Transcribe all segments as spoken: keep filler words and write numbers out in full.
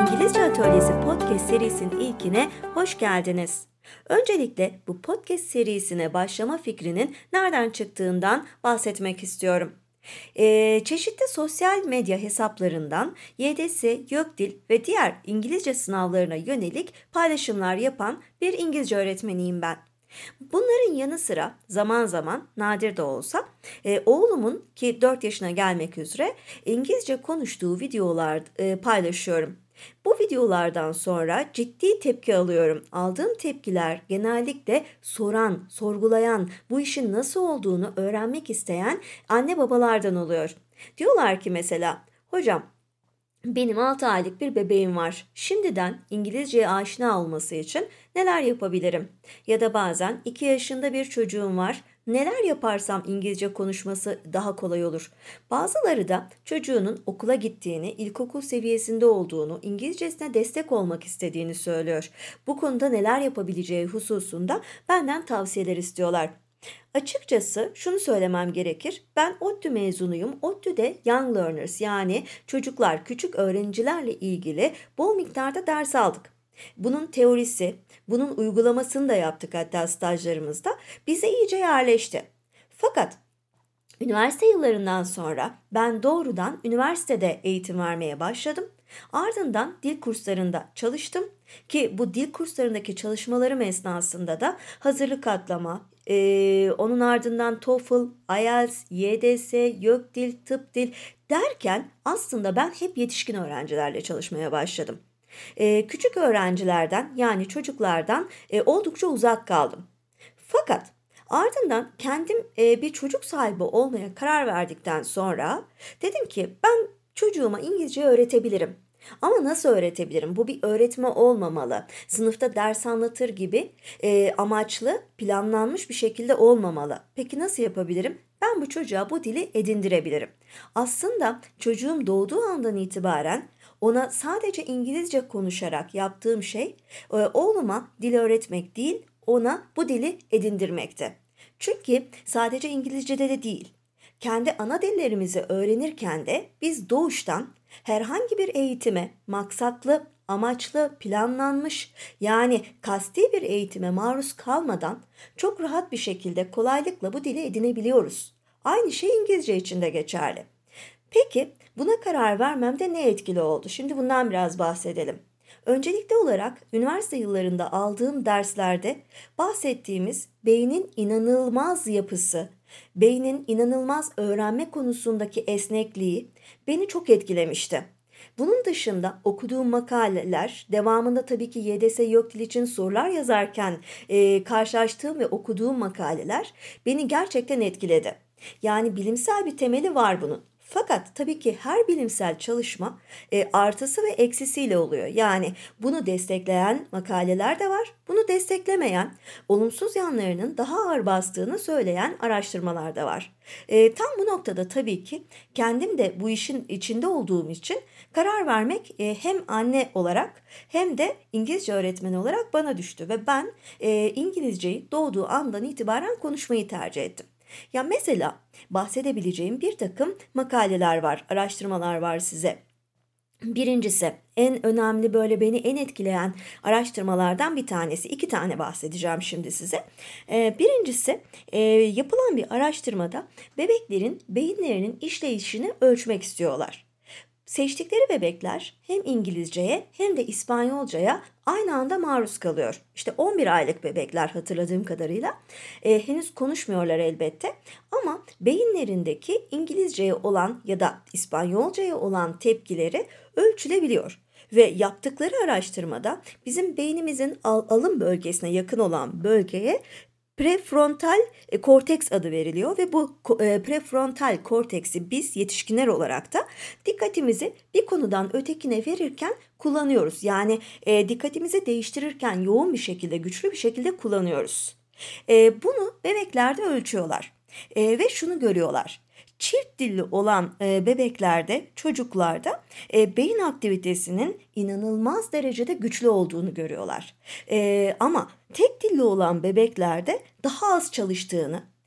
İngilizce Atölyesi podcast serisinin ilkine hoş geldiniz. Öncelikle bu podcast serisine başlama fikrinin nereden çıktığından bahsetmek istiyorum. Ee, çeşitli sosyal medya hesaplarından Y D S, YÖKDİL ve diğer İngilizce sınavlarına yönelik paylaşımlar yapan bir İngilizce öğretmeniyim ben. Bunların yanı sıra zaman zaman nadir de olsa e, oğlumun ki dört yaşına gelmek üzere İngilizce konuştuğu videolar e, paylaşıyorum. Bu videolardan sonra ciddi tepki alıyorum. Aldığım tepkiler genellikle soran, sorgulayan, bu işin nasıl olduğunu öğrenmek isteyen anne babalardan oluyor. Diyorlar ki mesela, hocam benim altı aylık bir bebeğim var. Şimdiden İngilizceye aşina olması için neler yapabilirim? Ya da bazen iki yaşında bir çocuğum var. Neler yaparsam İngilizce konuşması daha kolay olur. Bazıları da çocuğunun okula gittiğini, ilkokul seviyesinde olduğunu, İngilizcesine destek olmak istediğini söylüyor. Bu konuda neler yapabileceği hususunda benden tavsiyeler istiyorlar. Açıkçası şunu söylemem gerekir. Ben ODTÜ mezunuyum. ODTÜ'de Young Learners yani çocuklar, küçük öğrencilerle ilgili bol miktarda ders aldık. Bunun teorisi, bunun uygulamasını da yaptık hatta stajlarımızda. Bize iyice yerleşti. Fakat üniversite yıllarından sonra ben doğrudan üniversitede eğitim vermeye başladım. Ardından dil kurslarında çalıştım ki bu dil kurslarındaki çalışmalarım esnasında da hazırlık atlama, ee, onun ardından TOEFL, I E L T S, Y D S, YÖKDİL, tıp dil derken aslında ben hep yetişkin öğrencilerle çalışmaya başladım. Ee, küçük öğrencilerden yani çocuklardan e, oldukça uzak kaldım. Fakat ardından kendim e, bir çocuk sahibi olmaya karar verdikten sonra dedim ki ben çocuğuma İngilizce öğretebilirim. Ama nasıl öğretebilirim? Bu bir öğretme olmamalı. Sınıfta ders anlatır gibi e, amaçlı, planlanmış bir şekilde olmamalı. Peki nasıl yapabilirim? Ben bu çocuğa bu dili edindirebilirim. Aslında çocuğum doğduğu andan itibaren ona sadece İngilizce konuşarak yaptığım şey e, oğluma dil öğretmek değil, ona bu dili edindirmekti. Çünkü sadece İngilizce'de de değil, kendi ana dillerimizi öğrenirken de biz doğuştan herhangi bir eğitime, maksatlı, amaçlı, planlanmış yani kasti bir eğitime maruz kalmadan çok rahat bir şekilde kolaylıkla bu dili edinebiliyoruz. Aynı şey İngilizce için de geçerli. Peki buna karar vermemde ne etkili oldu? Şimdi bundan biraz bahsedelim. Öncelikli olarak üniversite yıllarında aldığım derslerde bahsettiğimiz beynin inanılmaz yapısı, beynin inanılmaz öğrenme konusundaki esnekliği beni çok etkilemişti. Bunun dışında okuduğum makaleler, devamında tabii ki Y D S YÖKDİL için sorular yazarken e, karşılaştığım ve okuduğum makaleler beni gerçekten etkiledi. Yani bilimsel bir temeli var bunun. Fakat tabii ki her bilimsel çalışma e, artısı ve eksisiyle oluyor. Yani bunu destekleyen makaleler de var, bunu desteklemeyen, olumsuz yanlarının daha ağır bastığını söyleyen araştırmalar da var. E, tam bu noktada tabii ki kendim de bu işin içinde olduğum için karar vermek e, hem anne olarak hem de İngilizce öğretmeni olarak bana düştü. Ve ben e, İngilizceyi doğduğu andan itibaren konuşmayı tercih ettim. Ya mesela bahsedebileceğim bir takım makaleler var, araştırmalar var size. Birincisi, en önemli böyle beni en etkileyen araştırmalardan bir tanesi. İki tane bahsedeceğim şimdi size. Ee, birincisi, e, yapılan bir araştırmada bebeklerin beyinlerinin işleyişini ölçmek istiyorlar. Seçtikleri bebekler hem İngilizceye hem de İspanyolcaya aynı anda maruz kalıyor. İşte on bir aylık bebekler hatırladığım kadarıyla e, henüz konuşmuyorlar elbette ama beyinlerindeki İngilizceye olan ya da İspanyolcaya olan tepkileri ölçülebiliyor. Ve yaptıkları araştırmada bizim beynimizin al- alın bölgesine yakın olan bölgeye prefrontal e, korteks adı veriliyor ve bu e, prefrontal korteksi biz yetişkinler olarak da dikkatimizi bir konudan ötekine verirken kullanıyoruz. Yani e, dikkatimizi değiştirirken yoğun bir şekilde, güçlü bir şekilde kullanıyoruz. E, bunu bebeklerde ölçüyorlar e, ve şunu görüyorlar. Çift dilli olan e, bebeklerde, çocuklarda e, beyin aktivitesinin inanılmaz derecede güçlü olduğunu görüyorlar. E, ama tek dilli olan bebeklerde daha az çalıştığını,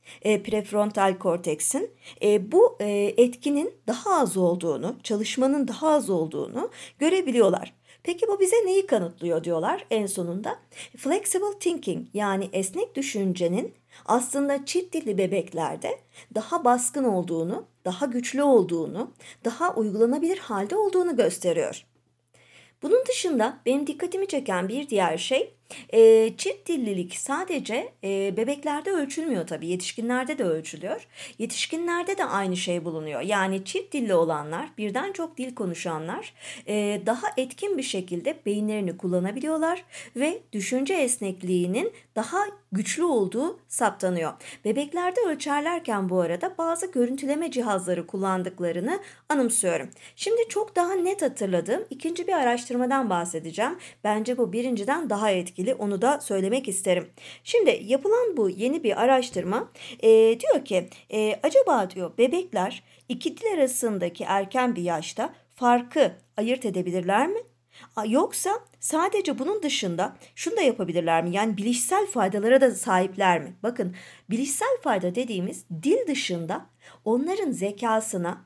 e, prefrontal korteksin e, bu e, etkinin daha az olduğunu, çalışmanın daha az olduğunu görebiliyorlar. Peki bu bize neyi kanıtlıyor diyorlar en sonunda? Flexible thinking, yani esnek düşüncenin aslında çift dilli bebeklerde daha baskın olduğunu, daha güçlü olduğunu, daha uygulanabilir halde olduğunu gösteriyor. Bunun dışında benim dikkatimi çeken bir diğer şey, e, çift dillilik sadece e, bebeklerde ölçülmüyor tabii, yetişkinlerde de ölçülüyor. Yetişkinlerde de aynı şey bulunuyor. Yani çift dilli olanlar, birden çok dil konuşanlar e, daha etkin bir şekilde beyinlerini kullanabiliyorlar ve düşünce esnekliğinin daha güçlü olduğu saptanıyor. Bebeklerde ölçerlerken bu arada bazı görüntüleme cihazları kullandıklarını anımsıyorum. Şimdi çok daha net hatırladığım ikinci bir araştırmadan bahsedeceğim. Bence bu birinciden daha etkili, onu da söylemek isterim. Şimdi yapılan bu yeni bir araştırma e, diyor ki e, acaba diyor bebekler iki dil arasındaki erken bir yaşta farkı ayırt edebilirler mi? Yoksa sadece bunun dışında şunu da yapabilirler mi? Yani bilişsel faydalara da sahipler mi? Bakın, bilişsel fayda dediğimiz dil dışında onların zekasına,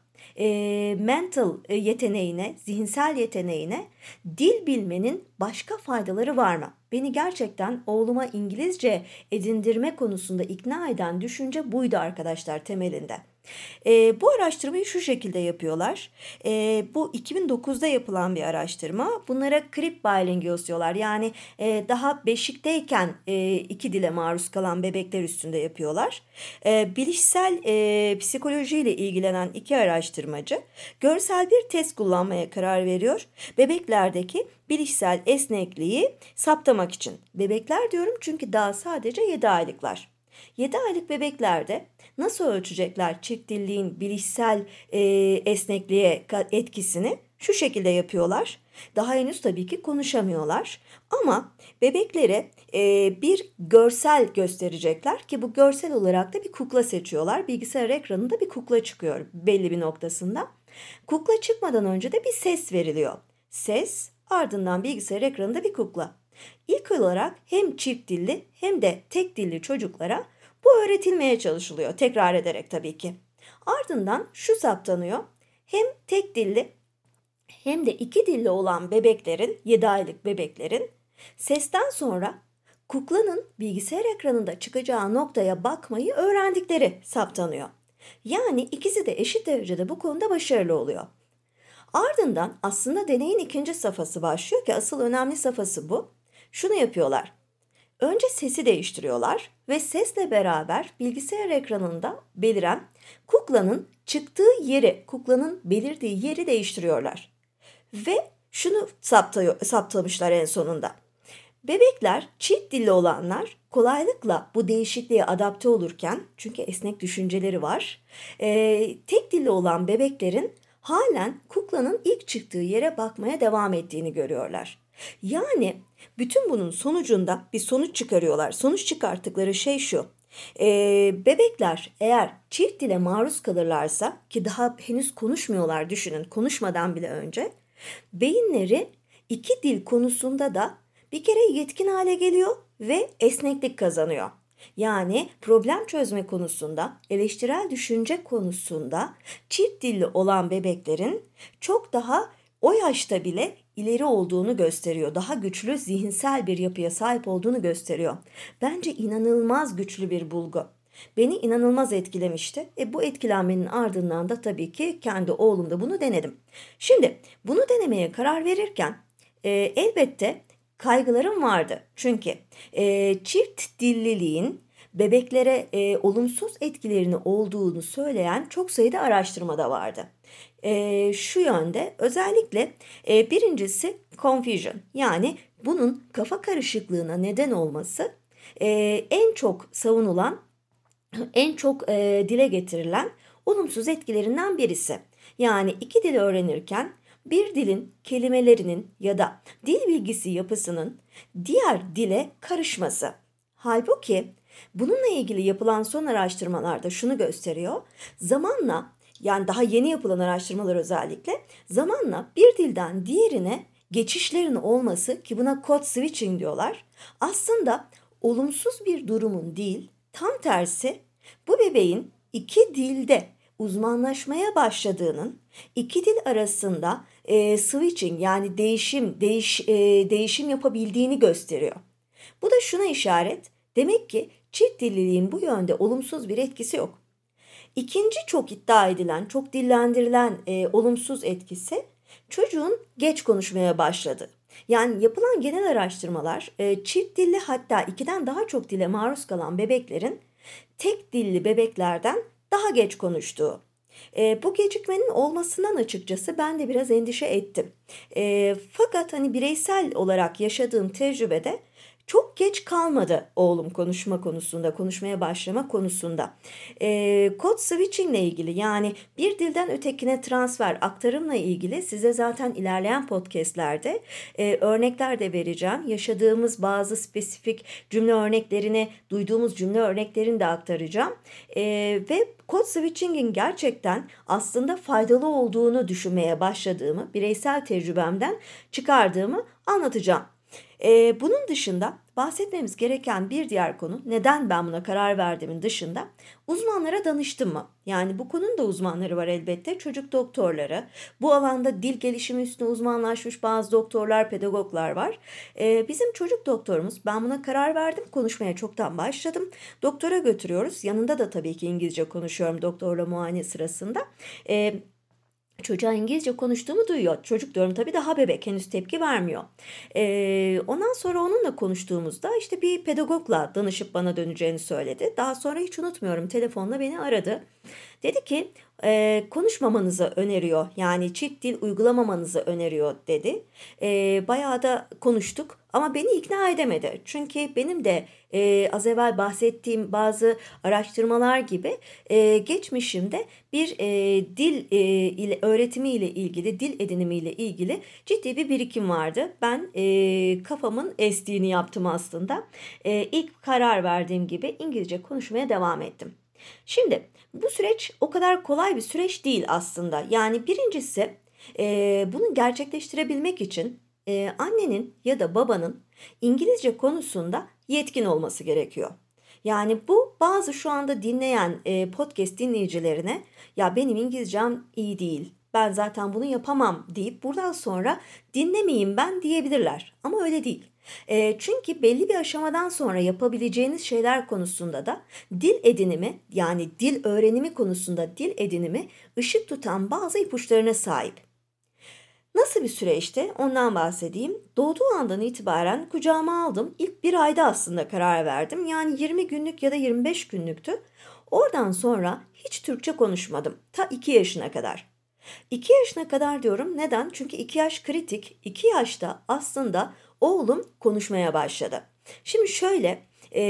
e, mental yeteneğine, zihinsel yeteneğine dil bilmenin başka faydaları var mı? Beni gerçekten oğluma İngilizce edindirme konusunda ikna eden düşünce buydu arkadaşlar temelinde. E, bu araştırmayı şu şekilde yapıyorlar. E, bu iki bin dokuzda yapılan bir araştırma. Bunlara crib bilinguals diyorlar. Yani e, daha beşikteyken e, iki dile maruz kalan bebekler üstünde yapıyorlar. E, bilişsel e, psikolojiyle ilgilenen iki araştırmacı görsel bir test kullanmaya karar veriyor. Bebeklerdeki bilişsel esnekliği saptamak için. Bebekler diyorum çünkü daha sadece yedi aylıklar. yedi aylık bebeklerde nasıl ölçecekler çift dilliliğin bilişsel e, esnekliğe etkisini? Şu şekilde yapıyorlar. Daha henüz tabii ki konuşamıyorlar ama bebeklere e, bir görsel gösterecekler ki bu görsel olarak da bir kukla seçiyorlar. Bilgisayar ekranında bir kukla çıkıyor belli bir noktasında. Kukla çıkmadan önce de bir ses veriliyor. Ses, ardından bilgisayar ekranında bir kukla. İlk olarak hem çift dilli hem de tek dilli çocuklara bu öğretilmeye çalışılıyor, tekrar ederek tabii ki. Ardından şu saptanıyor: hem tek dilli hem de iki dilli olan bebeklerin, yedi aylık bebeklerin sesten sonra kuklanın bilgisayar ekranında çıkacağı noktaya bakmayı öğrendikleri saptanıyor. Yani ikisi de eşit derecede bu konuda başarılı oluyor. Ardından aslında deneyin ikinci safhası başlıyor ki asıl önemli safhası bu. Şunu yapıyorlar. Önce sesi değiştiriyorlar ve sesle beraber bilgisayar ekranında beliren kuklanın çıktığı yeri, kuklanın belirdiği yeri değiştiriyorlar. Ve şunu saptıyor, saptamışlar en sonunda. Bebekler, çift dilli olanlar kolaylıkla bu değişikliğe adapte olurken, çünkü esnek düşünceleri var, e, tek dilli olan bebeklerin halen kuklanın ilk çıktığı yere bakmaya devam ettiğini görüyorlar. Yani bütün bunun sonucunda bir sonuç çıkarıyorlar. Sonuç çıkarttıkları şey şu: Ee, bebekler eğer çift dile maruz kalırlarsa, ki daha henüz konuşmuyorlar, düşünün, konuşmadan bile önce, beyinleri iki dil konusunda da bir kere yetkin hale geliyor ve esneklik kazanıyor. Yani problem çözme konusunda, eleştirel düşünce konusunda çift dilli olan bebeklerin çok daha o yaşta bile ileri olduğunu gösteriyor. Daha güçlü zihinsel bir yapıya sahip olduğunu gösteriyor. Bence inanılmaz güçlü bir bulgu. Beni inanılmaz etkilemişti. E bu etkilenmenin ardından da tabii ki kendi oğlumda bunu denedim. Şimdi bunu denemeye karar verirken e, elbette kaygılarım vardı. Çünkü e, çift dilliliğin bebeklere e, olumsuz etkilerini olduğunu söyleyen çok sayıda araştırma da vardı. E, şu yönde özellikle e, birincisi confusion, yani bunun kafa karışıklığına neden olması e, en çok savunulan, en çok e, dile getirilen olumsuz etkilerinden birisi. Yani iki dil öğrenirken bir dilin kelimelerinin ya da dil bilgisi yapısının diğer dile karışması. Halbuki bununla ilgili yapılan son araştırmalarda şunu gösteriyor: zamanla, yani daha yeni yapılan araştırmalar özellikle, zamanla bir dilden diğerine geçişlerin olması, ki buna code switching diyorlar, aslında olumsuz bir durumun değil, tam tersi Bu bebeğin iki dilde uzmanlaşmaya başladığının, iki dil arasında e, switching yani değişim, değiş, e, değişim yapabildiğini gösteriyor. Bu da şuna işaret, demek ki çift dilliliğin bu yönde olumsuz bir etkisi yok. İkinci çok iddia edilen, çok dillendirilen e, olumsuz etkisi çocuğun geç konuşmaya başladı. Yani yapılan genel araştırmalar e, çift dilli hatta ikiden daha çok dile maruz kalan bebeklerin tek dilli bebeklerden daha geç konuştuğu. E, bu gecikmenin olmasından açıkçası ben de biraz endişe ettim. E, fakat hani bireysel olarak yaşadığım tecrübede çok geç kalmadı oğlum konuşma konusunda, konuşmaya başlama konusunda. E, code switching ile ilgili yani bir dilden ötekine transfer, aktarımla ilgili size zaten ilerleyen podcastlerde e, örnekler de vereceğim. Yaşadığımız bazı spesifik cümle örneklerini, duyduğumuz cümle örneklerini de aktaracağım. E, ve code switching'in gerçekten aslında faydalı olduğunu düşünmeye başladığımı, bireysel tecrübemden çıkardığımı anlatacağım. Ee, bunun dışında bahsetmemiz gereken bir diğer konu, neden ben buna karar verdiğimin dışında, uzmanlara danıştım mı? Yani bu konunun da uzmanları var elbette, çocuk doktorları, bu alanda dil gelişimi üstüne uzmanlaşmış bazı doktorlar, pedagoglar var. Ee, bizim çocuk doktorumuz, ben buna karar verdim, konuşmaya çoktan başladım, doktora götürüyoruz, yanında da tabii ki İngilizce konuşuyorum doktorla muayene sırasında. Ee, Çocuğa İngilizce konuştuğumu duyuyor. Çocuk diyorum tabii daha bebek, henüz tepki vermiyor. Ee, ondan sonra onunla konuştuğumuzda işte bir pedagogla danışıp bana döneceğini söyledi. Daha sonra hiç unutmuyorum, telefonla beni aradı. Dedi ki e, konuşmamanızı öneriyor, yani çift dil uygulamamanızı öneriyor dedi. E, bayağı da konuştuk ama beni ikna edemedi. Çünkü benim de e, az evvel bahsettiğim bazı araştırmalar gibi e, geçmişimde bir e, dil e, ile öğretimi ile ilgili, dil edinimi ile ilgili ciddi bir birikim vardı. Ben e, kafamın estiğini yaptım aslında. E, ilk karar verdiğim gibi İngilizce konuşmaya devam ettim. Şimdi bu süreç o kadar kolay bir süreç değil aslında. Yani birincisi e, bunu gerçekleştirebilmek için e, annenin ya da babanın İngilizce konusunda yetkin olması gerekiyor. Yani bu bazı şu anda dinleyen e, podcast dinleyicilerine ya benim İngilizcem iyi değil, ben zaten bunu yapamam deyip buradan sonra dinlemeyeyim ben diyebilirler. Ama öyle değil. E, çünkü belli bir aşamadan sonra yapabileceğiniz şeyler konusunda da dil edinimi, yani dil öğrenimi konusunda dil edinimi ışık tutan bazı ipuçlarına sahip. Nasıl bir süreçti? Ondan bahsedeyim. Doğduğu andan itibaren kucağıma aldım. İlk bir ayda aslında karar verdim. Yani yirmi günlük ya da yirmi beş günlüktü. Oradan sonra hiç Türkçe konuşmadım. Ta iki yaşına kadar. iki yaşına kadar diyorum. Neden? Çünkü iki yaş kritik. iki yaşta aslında oğlum konuşmaya başladı. Şimdi şöyle,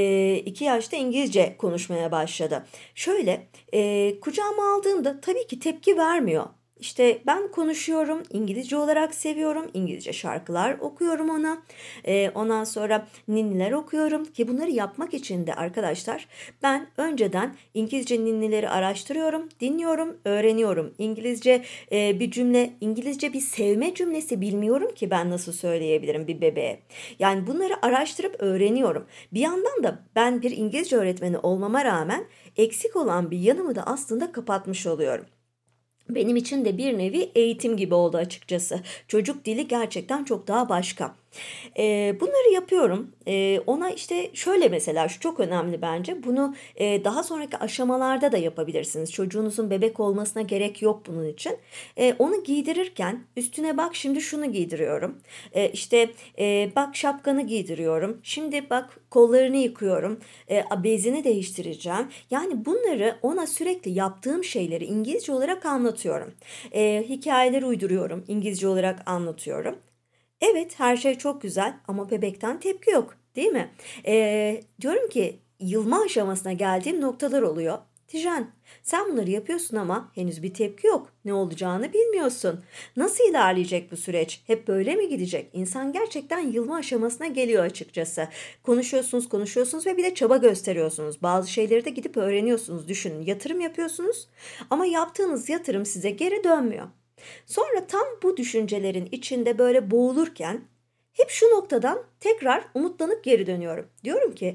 iki yaşta İngilizce konuşmaya başladı. Şöyle, kucağıma aldığımda tabii ki tepki vermiyor. İşte ben konuşuyorum, İngilizce olarak seviyorum, İngilizce şarkılar okuyorum ona. Ee, ondan sonra ninniler okuyorum ki bunları yapmak için de arkadaşlar ben önceden İngilizce ninnileri araştırıyorum, dinliyorum, öğreniyorum. İngilizce e, bir cümle, İngilizce bir sevme cümlesi bilmiyorum ki ben nasıl söyleyebilirim bir bebeğe. Yani bunları araştırıp öğreniyorum. Bir yandan da ben bir İngilizce öğretmeni olmama rağmen eksik olan bir yanımı da aslında kapatmış oluyorum. Benim için de bir nevi eğitim gibi oldu açıkçası. Çocuk dili gerçekten çok daha başka. Ee, bunları yapıyorum. Ee, ona işte şöyle, mesela şu çok önemli bence. Bunu e, daha sonraki aşamalarda da yapabilirsiniz. Çocuğunuzun bebek olmasına gerek yok bunun için. Ee, onu giydirirken üstüne bak şimdi şunu giydiriyorum. Ee, işte e, bak şapkanı giydiriyorum. Şimdi bak kollarını yıkıyorum. E, bezini değiştireceğim. Yani bunları ona sürekli yaptığım şeyleri İngilizce olarak anlatıyorum. E, hikayeler uyduruyorum. İngilizce olarak anlatıyorum. Evet, her şey çok güzel ama bebekten tepki yok, değil mi? Ee, diyorum ki yılma aşamasına geldiğim noktalar oluyor. Tijen, sen bunları yapıyorsun ama henüz bir tepki yok. Ne olacağını bilmiyorsun. Nasıl ilerleyecek bu süreç? Hep böyle mi gidecek? İnsan gerçekten yılma aşamasına geliyor açıkçası. Konuşuyorsunuz, konuşuyorsunuz ve bir de çaba gösteriyorsunuz. Bazı şeyleri de gidip öğreniyorsunuz. Düşünün, yatırım yapıyorsunuz ama yaptığınız yatırım size geri dönmüyor. Sonra tam bu düşüncelerin içinde böyle boğulurken hep şu noktadan tekrar umutlanıp geri dönüyorum. Diyorum ki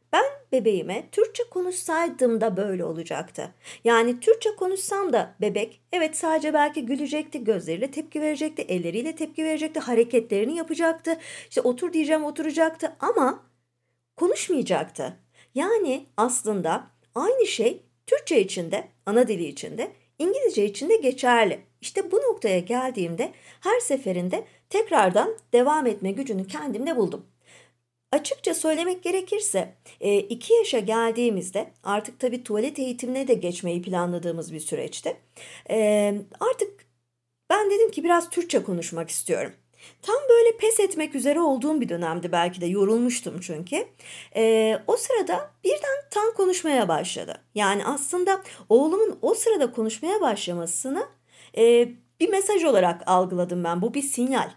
Ben bebeğime Türkçe konuşsaydım da böyle olacaktı. Yani Türkçe konuşsam da bebek evet sadece belki gülecekti, gözleriyle tepki verecekti, elleriyle tepki verecekti, hareketlerini yapacaktı. İşte otur diyeceğim oturacaktı ama konuşmayacaktı. Yani aslında aynı şey Türkçe için de, ana dili için de, İngilizce için de geçerli. İşte bu noktaya geldiğimde her seferinde tekrardan devam etme gücünü kendimde buldum. Açıkça söylemek gerekirse e, iki yaşa geldiğimizde artık tabii tuvalet eğitimine de geçmeyi planladığımız bir süreçte e, artık ben dedim ki biraz Türkçe konuşmak istiyorum. Tam böyle pes etmek üzere olduğum bir dönemdi, belki de yorulmuştum çünkü. E, o sırada birden tam konuşmaya başladı. Yani aslında oğlumun o sırada konuşmaya başlamasını e, bir mesaj olarak algıladım ben. Bu bir sinyal.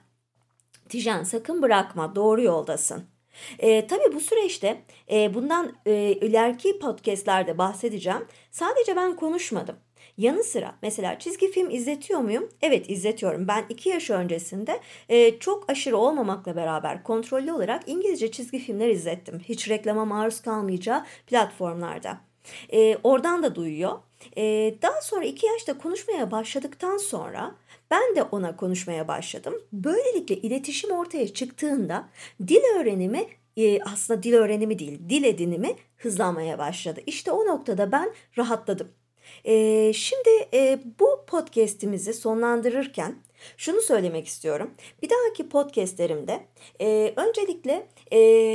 Tijen sakın bırakma, doğru yoldasın. E, tabii bu süreçte e, bundan e, ileriki podcastlerde bahsedeceğim. Sadece ben konuşmadım. Yanı sıra mesela çizgi film izletiyor muyum? Evet, izletiyorum. Ben iki yaş öncesinde e, çok aşırı olmamakla beraber kontrollü olarak İngilizce çizgi filmler izlettim. Hiç reklama maruz kalmayacağı platformlarda. E, oradan da duyuyor. E, daha sonra iki yaşta konuşmaya başladıktan sonra ben de ona konuşmaya başladım. Böylelikle iletişim ortaya çıktığında dil öğrenimi e, aslında dil öğrenimi değil, dil edinimi hızlanmaya başladı. İşte o noktada ben rahatladım. E, şimdi e, bu podcast'imizi sonlandırırken şunu söylemek istiyorum. Bir dahaki podcast'lerimde e, öncelikle e,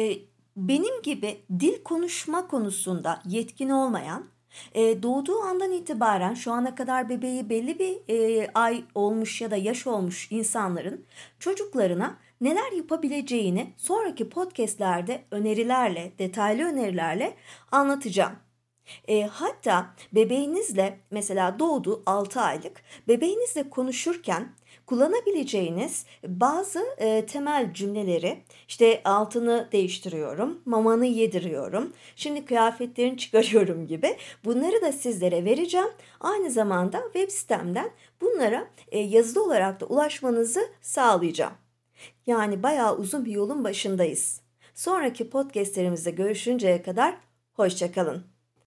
benim gibi dil konuşma konusunda yetkin olmayan, e, doğduğu andan itibaren şu ana kadar bebeği belli bir e, ay olmuş ya da yaş olmuş insanların çocuklarına neler yapabileceğini sonraki podcastlerde önerilerle, detaylı önerilerle anlatacağım. E, hatta bebeğinizle mesela doğdu altı aylık, bebeğinizle konuşurken kullanabileceğiniz bazı e, temel cümleleri, işte altını değiştiriyorum, mamanı yediriyorum, şimdi kıyafetlerini çıkarıyorum gibi bunları da sizlere vereceğim. Aynı zamanda web sitemden bunlara e, yazılı olarak da ulaşmanızı sağlayacağım. Yani bayağı uzun bir yolun başındayız. Sonraki podcastlerimizde görüşünceye kadar hoşça kalın.